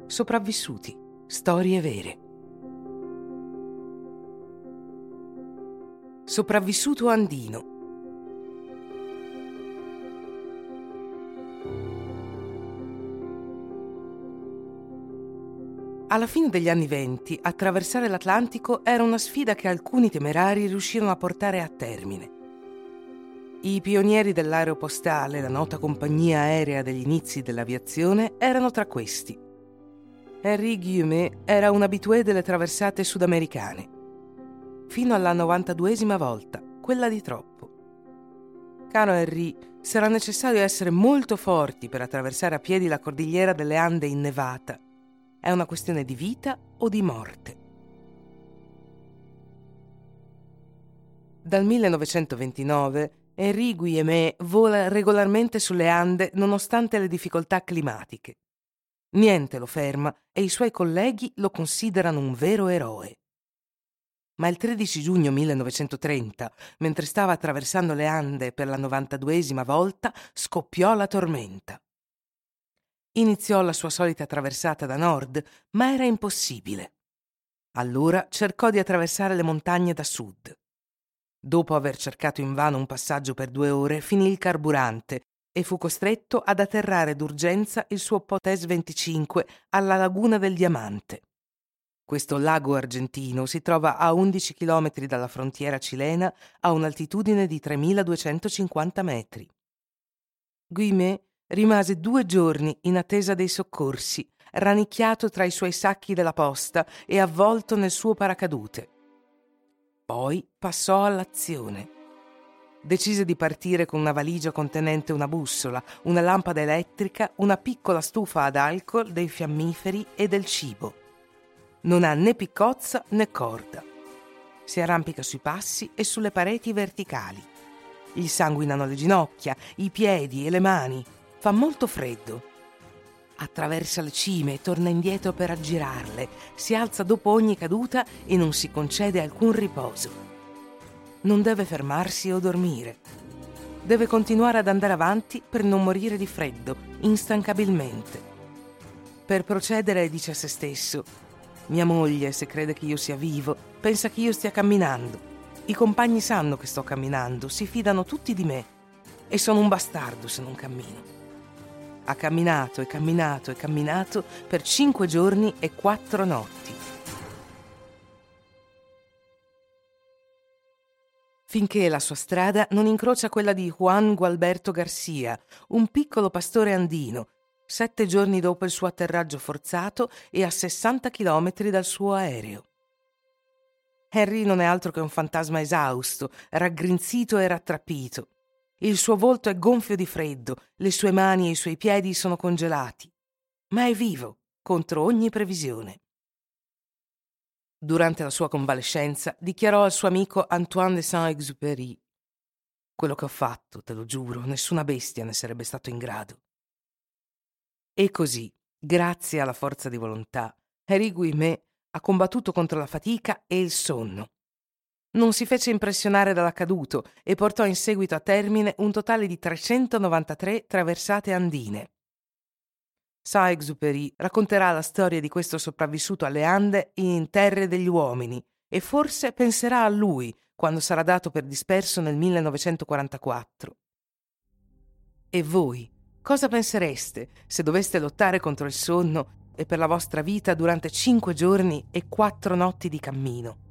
Sopravvissuti, storie vere. Sopravvissuto andino. Alla fine degli anni '20, attraversare l'Atlantico era una sfida che alcuni temerari riuscirono a portare a termine. I pionieri dell'aeropostale, la nota compagnia aerea degli inizi dell'aviazione, erano tra questi. Henri Guillemet era un habitué delle traversate sudamericane, fino alla 92esima volta, quella di troppo. Caro Henri, sarà necessario essere molto forti per attraversare a piedi la cordigliera delle Ande innevata. È una questione di vita o di morte. Dal 1929 Henri Guillemet vola regolarmente sulle Ande nonostante le difficoltà climatiche. Niente lo ferma e i suoi colleghi lo considerano un vero eroe. Ma il 13 giugno 1930, mentre stava attraversando le Ande per la 92esima volta, scoppiò la tormenta. Iniziò la sua solita traversata da nord, ma era impossibile. Allora cercò di attraversare le montagne da sud. Dopo aver cercato invano un passaggio per 2 ore, finì il carburante e fu costretto ad atterrare d'urgenza il suo Potés 25 alla Laguna del Diamante. Questo lago argentino si trova a 11 chilometri dalla frontiera cilena a un'altitudine di 3.250 metri. Guillemet rimase 2 giorni in attesa dei soccorsi, rannicchiato tra i suoi sacchi della posta e avvolto nel suo paracadute. Poi passò all'azione. Decise di partire con una valigia contenente una bussola, una lampada elettrica, una piccola stufa ad alcol, dei fiammiferi e del cibo. Non ha né piccozza né corda. Si arrampica sui passi e sulle pareti verticali. Gli sanguinano le ginocchia, i piedi e le mani. Fa molto freddo. Attraversa le cime e torna indietro per aggirarle. Si alza dopo ogni caduta e non si concede alcun riposo. Non deve fermarsi o dormire. Deve continuare ad andare avanti per non morire di freddo, instancabilmente. Per procedere dice a se stesso: mia moglie, se crede che io sia vivo, pensa che io stia camminando. I compagni sanno che sto camminando, si fidano tutti di me e sono un bastardo se non cammino. Ha camminato e camminato e camminato per 5 giorni e 4 notti. Finché la sua strada non incrocia quella di Juan Gualberto Garcia, un piccolo pastore andino, 7 giorni dopo il suo atterraggio forzato e a 60 chilometri dal suo aereo. Henry non è altro che un fantasma esausto, raggrinzito e rattrappito. Il suo volto è gonfio di freddo, le sue mani e i suoi piedi sono congelati. Ma è vivo, contro ogni previsione. Durante la sua convalescenza dichiarò al suo amico Antoine de Saint-Exupéry: quello che ho fatto, te lo giuro, nessuna bestia ne sarebbe stato in grado. E così, grazie alla forza di volontà, Henri Guillemet ha combattuto contro la fatica e il sonno. Non si fece impressionare dall'accaduto e portò in seguito a termine un totale di 393 traversate andine. Saint-Exupéry racconterà la storia di questo sopravvissuto alle Ande in Terre degli uomini e forse penserà a lui quando sarà dato per disperso nel 1944. E voi, cosa pensereste se doveste lottare contro il sonno e per la vostra vita durante 5 giorni e 4 notti di cammino?